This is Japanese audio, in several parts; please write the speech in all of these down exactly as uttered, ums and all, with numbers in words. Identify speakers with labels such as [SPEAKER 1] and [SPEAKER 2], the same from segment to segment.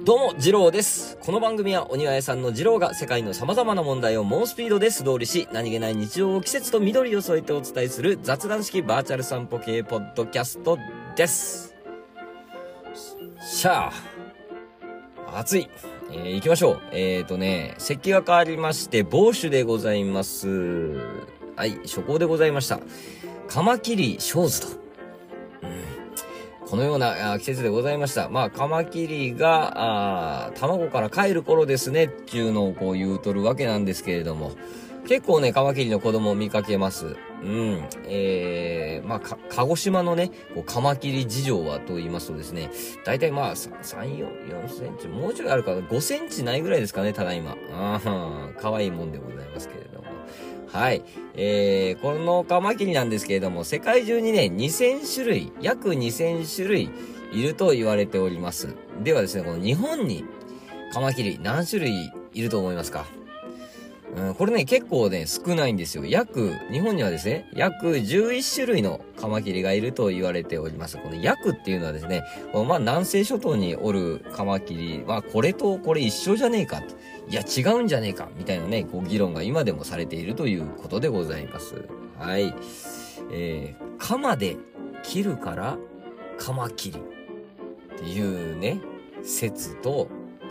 [SPEAKER 1] どうも、二郎です。この番組はお庭屋さんの二郎が世界の様々な問題を猛スピードで素通りし、何気ない日常を季節と緑を添えてお伝えする雑談式バーチャル散歩系ポッドキャストです。しゃあ、暑い。えー、行きましょう。えーとね、席気が変わりまして、帽子でございます。はい、初行でございました。カマキリショーズと。このような季節でございました。まあ、カマキリが、あ卵から帰る頃ですね、っていうのをこう言うとるわけなんですけれども、結構ね、カマキリの子供を見かけます。うん。えー、まあ、か、鹿児島のね、こうカマキリ事情はと言いますとですね、だいたいまあ、さん、よん、よんセンチ、もうちょいあるかな、ごセンチないぐらいですかね、ただいま。ああ、可愛いもんでございますけれども。はい。えー、このカマキリなんですけれども、世界中にね、にせんしゅるい、約にせんしゅるいいると言われております。ではですね、この日本にカマキリ何種類いると思いますか？うん、これね、結構ね、少ないんですよ。約、日本にはですね、約じゅういちしゅるいのカマキリがいると言われております。この約っていうのはですね、このまあ南西諸島におるカマキリは、これとこれ一緒じゃねえか。いや、違うんじゃねえか。みたいなね、こう議論が今でもされているということでございます。はい。えー、カマで切るからカマキリっていうね、説と、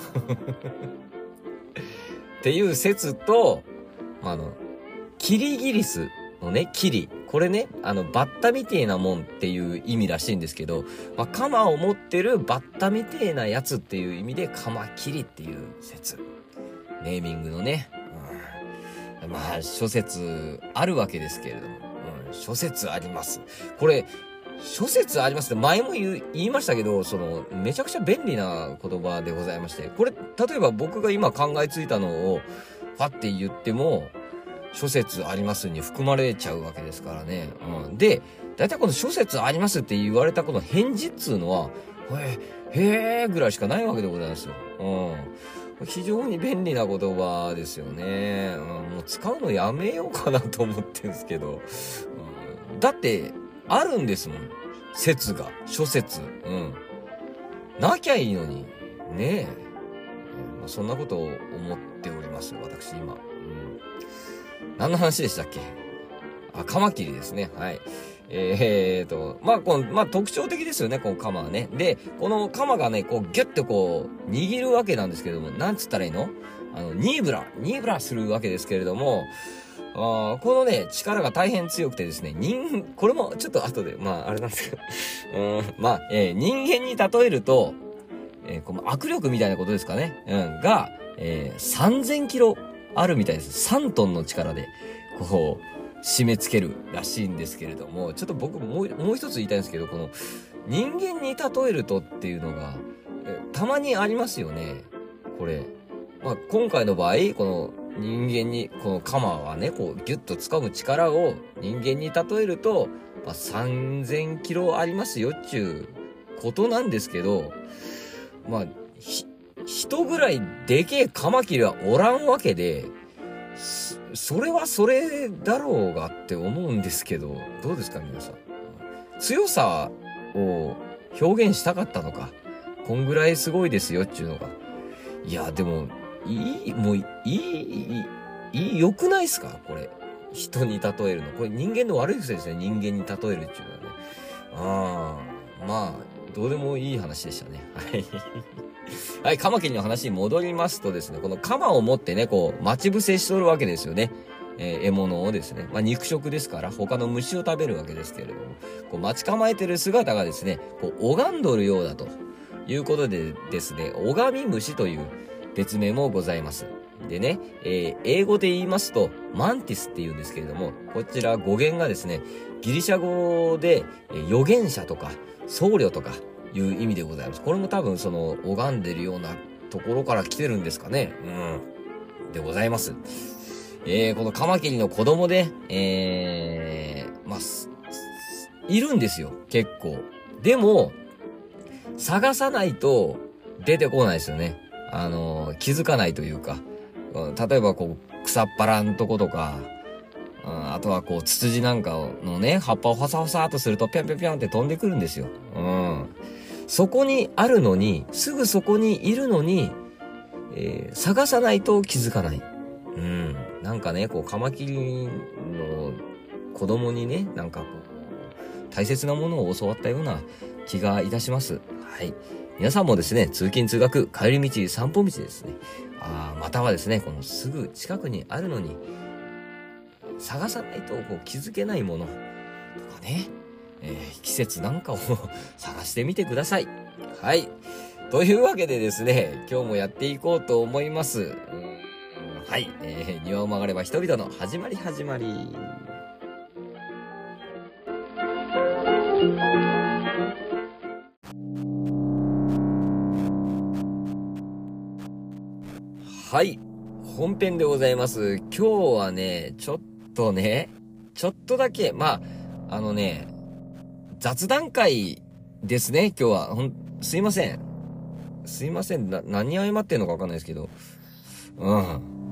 [SPEAKER 1] っていう説と、あの、キリギリスのね、キリ。これね、あの、バッタみてえなもんっていう意味らしいんですけど、まあ、カマを持ってるバッタみてえなやつっていう意味でカマキリっていう説。ネーミングのね。うん、まあ、諸説あるわけですけれども。うん、諸説あります。これ、諸説ありますって前も言う、言いましたけど、その、めちゃくちゃ便利な言葉でございまして、これ、例えば僕が今考えついたのを、ファって言っても、諸説ありますに含まれちゃうわけですからね。うん。で、だいたいこの諸説ありますって言われたこの返事っつうのは、へえ、へえぐらいしかないわけでございますよ。うん。非常に便利な言葉ですよね。うん、もう使うのやめようかなと思ってるんですけど、うん、だって、あるんですもん。説が。諸説。うん。なきゃいいのに。ねえ。うん、そんなことを思っております。私今。うん。何の話でしたっけ？あ、カマキリですね。はい。えーと、まあ、この、まあ、特徴的ですよね、このカマはね。で、このカマがね、こう、ギュッてこう、握るわけなんですけれども、なんつったらいいの？あの、ニーブラ、ニーブラするわけですけれども、あこのね、力が大変強くてですね、人、これもちょっと後で、まあ、あれなんですけど、うん、まあ、えー、人間に例えると、えー、この握力みたいなことですかね、うん、が、えー、さんぜんキロあるみたいです。さんトンの力で、こう、締め付けるらしいんですけれども、ちょっと僕もう、もう一つ言いたいんですけど、この、人間に例えるとっていうのが、えたまにありますよね、これ。まあ、今回の場合、この、人間に、このカマはね、こう、ギュッと掴む力を人間に例えると、まあ、さんぜんキロありますよっていうことなんですけど、まあ、ひ、人ぐらいでけえカマキリはおらんわけで、それはそれだろうがって思うんですけど、どうですか皆さん。強さを表現したかったのか、こんぐらいすごいですよっていうのが。いや、でも、いい、もういい、いい、いい、良くないっすかこれ。人に例えるの。これ人間の悪い癖ですね。人間に例えるっていうのはね。ああ、まあ、どうでもいい話でしたね。はい。はい、カマキリの話に戻りますとですね、このカマを持ってね、こう、待ち伏せしとるわけですよね。えー、獲物をですね。まあ、肉食ですから、他の虫を食べるわけですけれども、こう、待ち構えてる姿がですね、こう、拝んどるようだということでですね、拝み虫という別名もございます。でね、えー、英語で言いますと、マンティスって言うんですけれども、こちら語源がですね、ギリシャ語で、えー、預言者とか、僧侶とかいう意味でございます。これも多分その、拝んでるようなところから来てるんですかね。うん。でございます。えー、このカマキリの子供で、えー、まあ、いるんですよ。結構。でも、探さないと出てこないですよね。あのー、気づかないというか。例えばこう、草っぱらんとことか、うん、あとはこう、ツツジなんかのね、葉っぱをファサファサーっとすると、ぴょんぴょんぴょんって飛んでくるんですよ。うん。 そこにあるのに、すぐそこにいるのに、えー、探さないと気づかない。うん。なんかね、こう、カマキリの子供にね、なんかこう、大切なものを教わったような気がいたします。はい。皆さんもですね、通勤通学、帰り道、散歩道ですね。あまたはですね、このすぐ近くにあるのに、探さないとこう気づけないものとかね、えー、季節なんかを探してみてください。はい。というわけでですね、今日もやっていこうと思います。はい。えー、庭を曲がれば人々の始まり始まり。はい。本編でございます。今日はね、ちょっとね、ちょっとだけ、まあ、あのね、雑談会ですね、今日は。ほん、すいません。すいません。な、何謝ってんのかわかんないですけど。うん。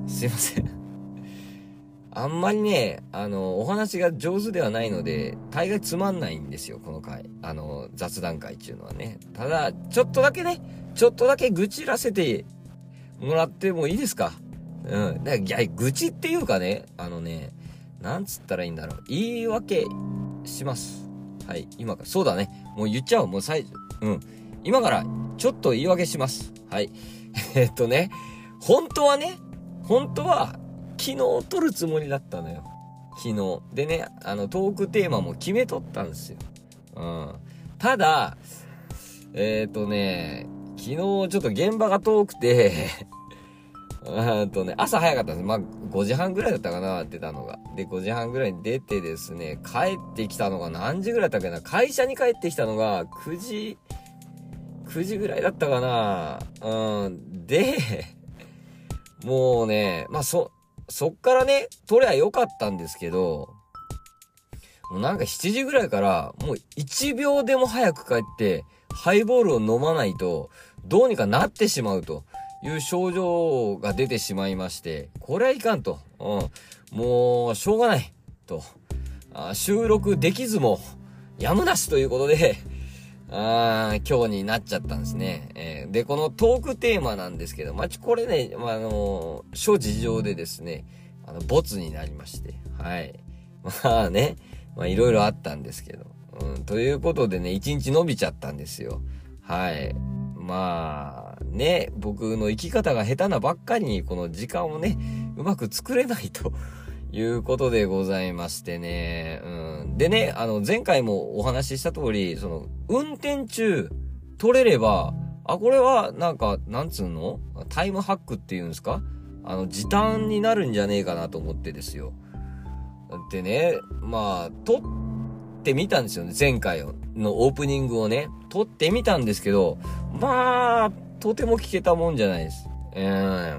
[SPEAKER 1] すいません。あんまりね、あの、お話が上手ではないので、大概つまんないんですよ、この回。あの、雑談会っていうのはね。ただ、ちょっとだけね、ちょっとだけ愚痴らせてもらってもいいですか？うん。だいや、愚痴っていうかね、あのね、なんつったらいいんだろう。言い訳します。はい。今から、そうだね。もう言っちゃおう。もう最初、うん。今から、ちょっと言い訳します。はい。えっとね、本当はね、本当は、昨日撮るつもりだったのよ。昨日。でね、あの、トークテーマも決めとったんですよ。うん。ただ、えっとね、昨日ちょっと現場が遠くて、あとね、朝早かったんです。まあ、ごじはんぐらいだったかな、出たのが。で、ごじはんぐらいに出てですね、帰ってきたのが何時ぐらいだったっけな、会社に帰ってきたのがくじ、くじぐらいだったかな。うん。で、もうね、まあ、そ、そっからね、撮りゃよかったんですけど、もうなんかしちじぐらいから、もういちびょうでも早く帰って、ハイボールを飲まないと、どうにかなってしまうと。いう症状が出てしまいまして、これはいかんと。うん。もう、しょうがない。と。あ、収録できずも、やむなしということで、あ今日になっちゃったんですね。えー、で、このトークテーマなんですけど、まあ、これね、まあ、あのー、諸事情でですね、あの、ボツになりまして、はい。まあね、まあ、いろいろあったんですけど、うん、ということでね、一日伸びちゃったんですよ。はい。まあ、ね、僕の生き方が下手なばっかりに、この時間をね、うまく作れないということでございましてね。うん。でね、あの、前回もお話しした通り、その、運転中、取れれば、あ、これは、なんか、なんつうの？タイムハックっていうんですか？あの、時短になるんじゃねえかなと思ってですよ。でね、まあ、撮ってみたんですよね。前回のオープニングをね、撮ってみたんですけど、まあ、とても聞けたもんじゃないです。うん。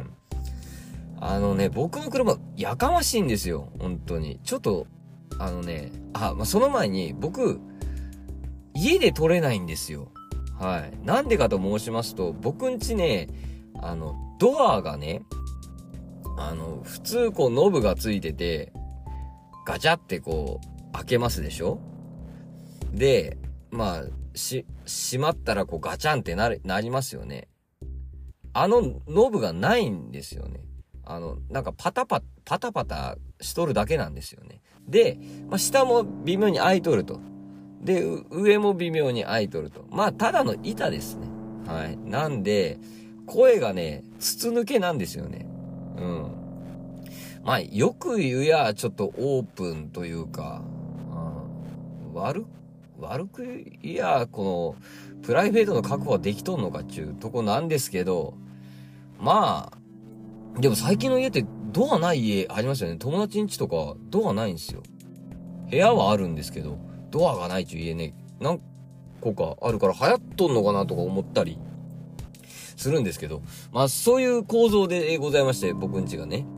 [SPEAKER 1] あのね、僕の車、やかましいんですよ。本当に。ちょっと、あのね、あ、まあ、その前に、僕、家で撮れないんですよ。はい。なんでかと申しますと、僕んちね、あの、ドアがね、あの、普通こうノブがついてて、ガチャってこう、開けますでしょ？で、まあ、し、閉まったらこうガチャンってなる、なりますよね。あのノブがないんですよね。あの、なんかパタパタ、パタパタしとるだけなんですよね。で、まあ、下も微妙に開いとると。で、上も微妙に開いとると。まあ、ただの板ですね。はい。なんで、声がね、筒抜けなんですよね。うん。まあ、よく言うや、ちょっとオープンというか、うん、悪、悪く言や、この、プライベートの確保はできとんのかっていうとこなんですけど、まあ、でも最近の家ってドアない家ありますよね。友達ん家とかドアないんですよ。部屋はあるんですけど、ドアがないっていう家ね、何個かあるから流行っとんのかなとか思ったりするんですけど、まあそういう構造でございまして、僕ん家がね。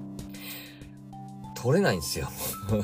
[SPEAKER 1] 取れないんですよ。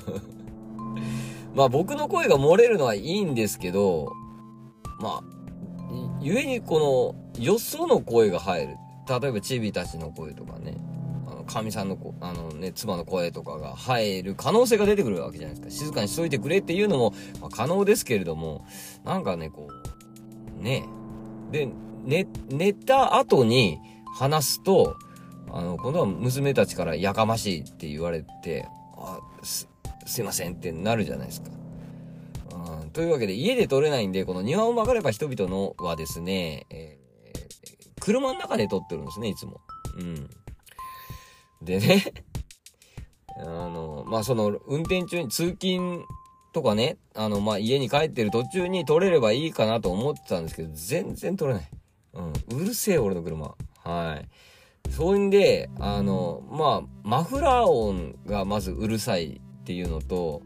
[SPEAKER 1] まあ僕の声が漏れるのはいいんですけど、まあ、ゆえにこの、よその声が入る。例えばチビたちの声とかね、あの、神さんの子、あのね、妻の声とかが入る可能性が出てくるわけじゃないですか。静かにしといてくれっていうのも、まあ、可能ですけれども、なんかね、こね。で、寝、寝た後に話すと、あの、今度は娘たちからやかましいって言われて、あ、す、すいませんってなるじゃないですか。うん、というわけで、家で撮れないんで、この庭を曲がれば人々のはですね、えー、車の中で撮ってるんですね、いつも。うん。でね、あの、まあ、その、運転中に通勤とかね、あの、まあ、家に帰ってる途中に撮れればいいかなと思ってたんですけど、全然撮れない。うん。うるせえ、俺の車。はい。そんで、あの、まあ、マフラー音がまずうるさいっていうのと、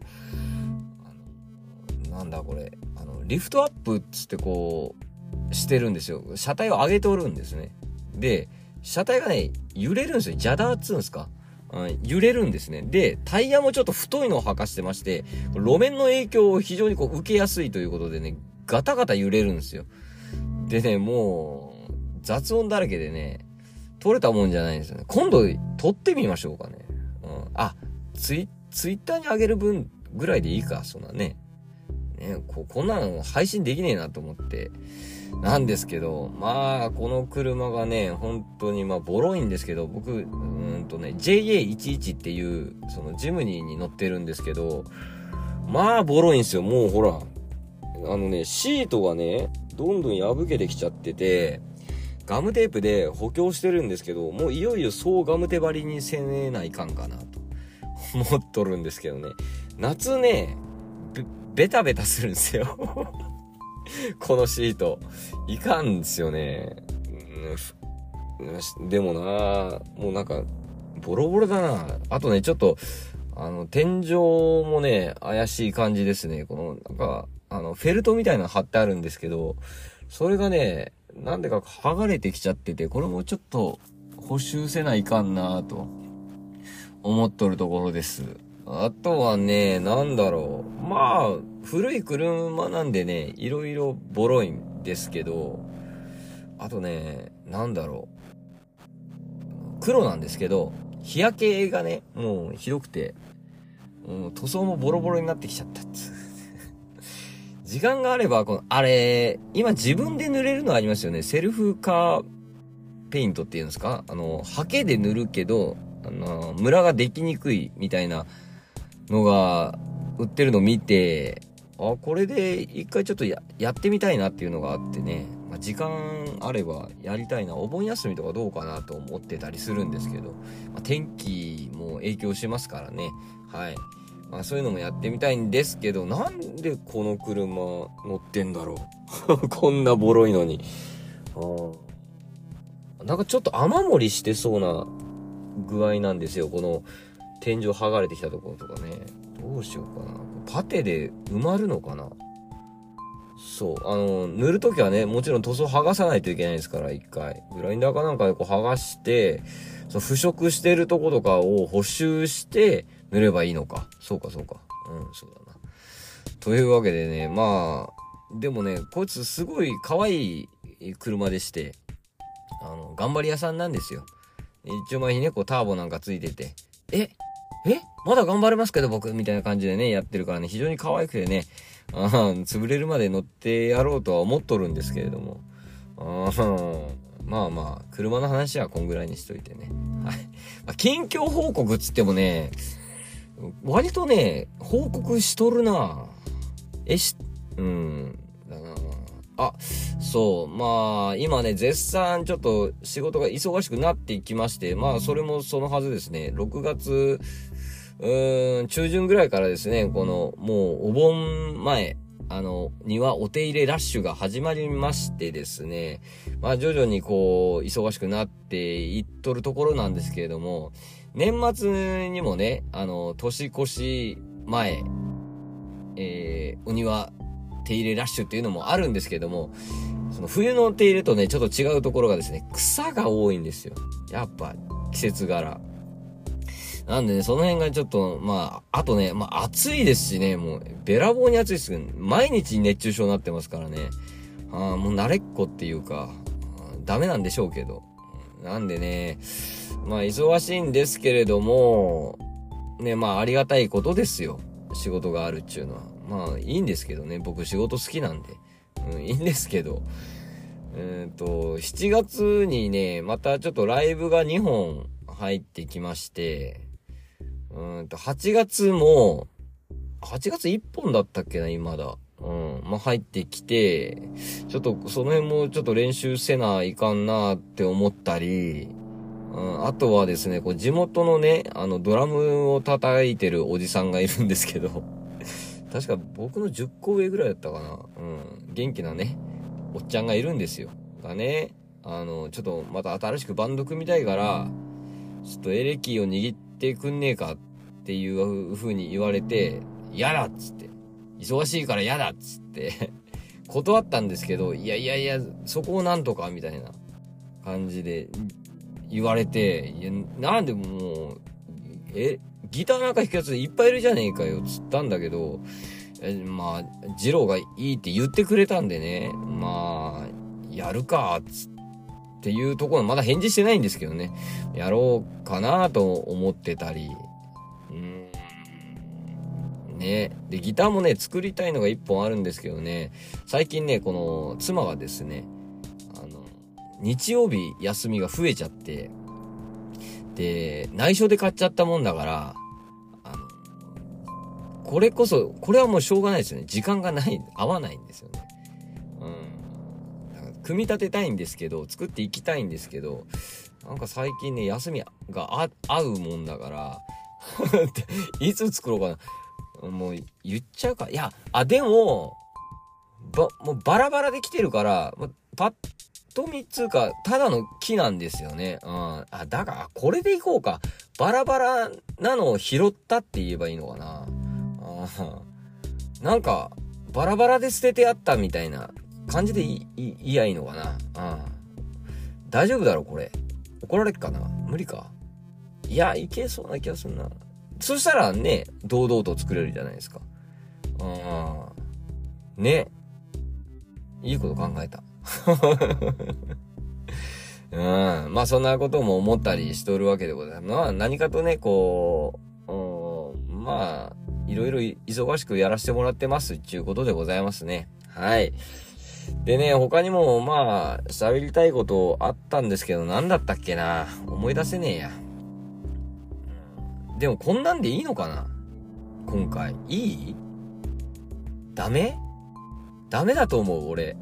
[SPEAKER 1] あのなんだこれ、あの、リフトアップっつってこう、してるんですよ。車体を上げておるんですね。で、車体がね、揺れるんですよ。ジャダーっつうんですか。うん、揺れるんですね。で、タイヤもちょっと太いのを履かしてまして、路面の影響を非常にこう受けやすいということでね、ガタガタ揺れるんですよ。でね、もう、雑音だらけでね、撮れたもんじゃないんですよね。今度、撮ってみましょうかね。うん。あ、ツイ、ツイッターに上げる分ぐらいでいいか、そんなね。ね、こ、こんなの配信できねえなと思って。なんですけど、まあ、この車がね、本当にまあ、ボロいんですけど、僕、うーんとね、ジェイエーじゅういち っていう、そのジムニーに乗ってるんですけど、まあ、ボロいんですよ。もうほら、あのね、シートがね、どんどん破けてきちゃってて、ガムテープで補強してるんですけど、もういよいよそうガムテ張りにせねないかんかなと思っとるんですけどね。夏ね、べ、ベタベタするんですよ。このシート。いかんですよね。うん、でもな、もうなんか、ボロボロだな。あとね、ちょっと、あの、天井もね、怪しい感じですね。この、なんか、あの、フェルトみたいなの貼ってあるんですけど、それがね、なんでか剥がれてきちゃってて、これもちょっと補修せないかんなと思っとるところです。あとはね、なんだろう。まあ、古い車なんでね、いろいろボロいんですけど、あとね、なんだろう。黒なんですけど、日焼けがね、もうひどくて、うん、塗装もボロボロになってきちゃったっつ。時間があれば、この、あれ、今自分で塗れるのありますよね。セルフカーペイントっていうんですか？あの、ハケで塗るけど、あの、ムラができにくいみたいなのが売ってるのを見て、あ、これで一回ちょっとや、やってみたいなっていうのがあってね。まあ、時間あればやりたいな。お盆休みとかどうかなと思ってたりするんですけど、まあ、天気も影響しますからね。はい。まあそういうのもやってみたいんですけど、なんでこの車乗ってんだろう。こんなボロいのに。あ、なんかちょっと雨漏りしてそうな具合なんですよ。この天井剥がれてきたところとかね。どうしようかな。パテで埋まるのかな。そう。あの、塗るときはね、もちろん塗装剥がさないといけないですから、一回。グラインダーかなんかでこう剥がして、その腐食してるとことかを補修して、塗ればいいのか。そうか、そうか。うん、そうだな。というわけでね、まあ、でもね、こいつすごい可愛い車でして、あの、頑張り屋さんなんですよ。一応前にね、こうターボなんかついてて、ええまだ頑張れますけど僕みたいな感じでね、やってるからね、非常に可愛くてね、あ潰れるまで乗ってやろうとは思っとるんですけれども、あまあまあ、車の話はこんぐらいにしといてね。はい。まあ、近況報告っつってもね、割とね、報告しとるな。えし、うん、だな。あ、そう、まあ、今ね、絶賛ちょっと仕事が忙しくなっていきまして、まあ、それもそのはずですね。ろくがつ、うーん、中旬ぐらいからですね、この、もうお盆前、あの、庭お手入れラッシュが始まりましてですね、まあ、徐々にこう、忙しくなっていっとるところなんですけれども、年末にもね、あの、年越し前、えー、お庭手入れラッシュっていうのもあるんですけども、その冬の手入れとね、ちょっと違うところがですね、草が多いんですよ。やっぱ、季節柄。なんでね、その辺がちょっと、まあ、あとね、まあ暑いですしね、もう、べらぼうに暑いですけど、毎日熱中症になってますからね。あもう慣れっこっていうか、ダメなんでしょうけど。なんでね、まあ忙しいんですけれども、ね、まあありがたいことですよ。仕事があるっていうのは。まあいいんですけどね、僕仕事好きなんで。 うん、いいんですけど。えっと、しちがつにね、またちょっとライブがにほん入ってきまして、うんと、はちがつも、はちがついっぽんだったっけな、今だ。うん。まあ、入ってきて、ちょっとその辺もちょっと練習せないかんなって思ったり、うん、あとはですね、こう地元のね、あの、ドラムを叩いてるおじさんがいるんですけど、確か僕のじゅっこ上ぐらいだったかな。うん。元気なね、おっちゃんがいるんですよ。がね、あの、ちょっとまた新しくバンド組みたいから、ちょっとエレキを握ってくんねえかっていう風に言われて、嫌だっつって。忙しいから嫌だっつって、断ったんですけど、いやいやいや、そこをなんとか、みたいな感じで言われて、いや、なんでもう、え、ギターなんか弾くやついっぱいいるじゃねえかよ、つったんだけど、えまあ、ジローがいいって言ってくれたんでね、まあ、やるか、つっていうところまだ返事してないんですけどね、やろうかなと思ってたり、うーん、ね。で、ギターもね、作りたいのが一本あるんですけどね、最近ね、この、妻がですね、あの、日曜日休みが増えちゃって、で、内緒で買っちゃったもんだから、あの、これこそ、これはもうしょうがないですよね。時間がない、合わないんですよね。うん。だから組み立てたいんですけど、作っていきたいんですけど、なんか最近ね、休みがあ合うもんだから、いつ作ろうかな。もう言っちゃうか。いや、あ、でも、ば、もうバラバラで来てるから、パッと見つうか、ただの木なんですよね。うん。あ、だから、これでいこうか。バラバラなのを拾ったって言えばいいのかな。あなんか、バラバラで捨ててあったみたいな感じでいい、いいやいいのかな。あ大丈夫だろ、これ。怒られっかな。無理か。いや、いけそうな気がするな。そしたらね、堂々と作れるじゃないですか。ああ。ね。いいこと考えた。うん。まあそんなことも思ったりしておるわけでございます。まあ何かとね、こう、まあ、いろいろ忙しくやらせてもらってますっていうことでございますね。はい。でね、他にもまあ、喋りたいことあったんですけど、何だったっけな。思い出せねえや。でもこんなんでいいのかな今回。いいダメダメだと思う、俺。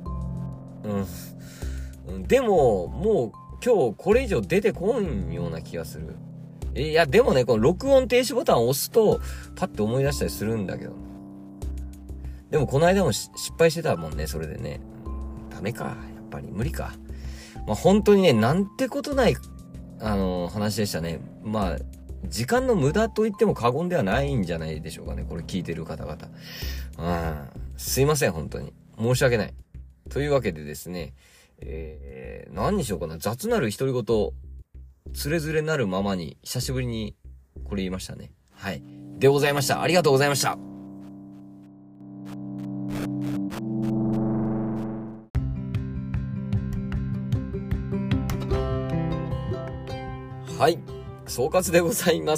[SPEAKER 1] うん。でも、もう今日これ以上出てこんような気がする。いや、でもね、この録音停止ボタンを押すと、パッて思い出したりするんだけど。でもこの間も失敗してたもんね、それでね。ダメか。やっぱり無理か。まあ本当にね、なんてことない、あのー、話でしたね。まあ、時間の無駄と言っても過言ではないんじゃないでしょうかね。これ聞いてる方々。うん。すいません、本当に。申し訳ない。というわけでですね、えー、何にしようかな。雑なる独り言、つれづれなるままに、久しぶりにこれ言いましたね。はい。でございました。ありがとうございました。はい。総括でございます。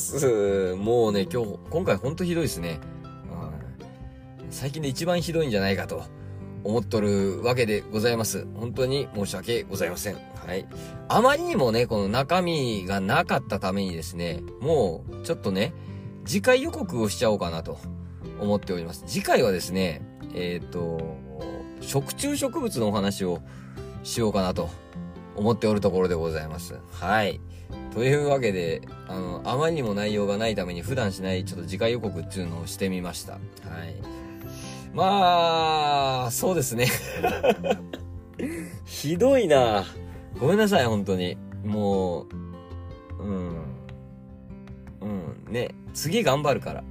[SPEAKER 1] もうね、今日、今回ほんとひどいですね。うん、最近で一番ひどいんじゃないかと思っとるわけでございます。本当に申し訳ございません。はい。あまりにもね、この中身がなかったためにですね、もう、ちょっとね、次回予告をしちゃおうかなと思っております。次回はですね、えっと、食虫植物のお話をしようかなと思っておるところでございます。はい。というわけで、あの、あまりにも内容がないために普段しないちょっと次回予告っていうのをしてみました。はい。まあ、そうですね。ひどいな。ごめんなさい、本当に。もう、うん。うん。ね。次頑張るから。うん。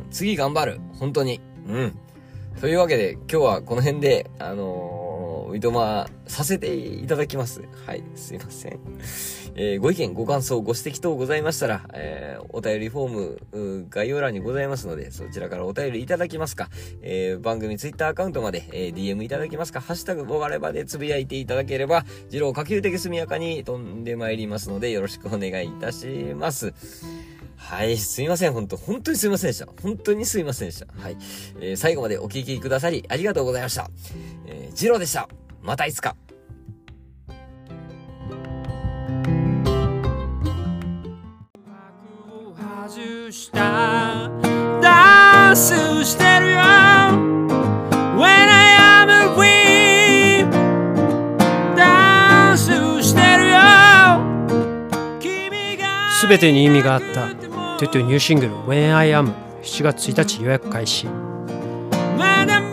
[SPEAKER 1] 次頑張る。本当に。うん。というわけで、今日はこの辺で、あのー、おいとまさせていただきます。はい。すいません。えー、ご意見、ご感想、ご指摘等ございましたら、えー、お便りフォーム、概要欄にございますので、そちらからお便りいただきますか、えー、番組ツイッターアカウントまで、えー、ディーエム いただきますか、ハッシュタグボガレバでつぶやいていただければ、次郎可及的速やかに飛んでまいりますので、よろしくお願いいたします。はい、すいません。本当本当にすいませんでした。本当にすいませんでした。はい。えー、最後までお聞きくださり、ありがとうございました。 えー、ジローでした。またいつか。外したダンスしてるよ When I am a queen ダンスしてるよ。
[SPEAKER 2] すべてに意味があったトゥトゥニューシングル When I Am しちがつついたち予約開始。まだ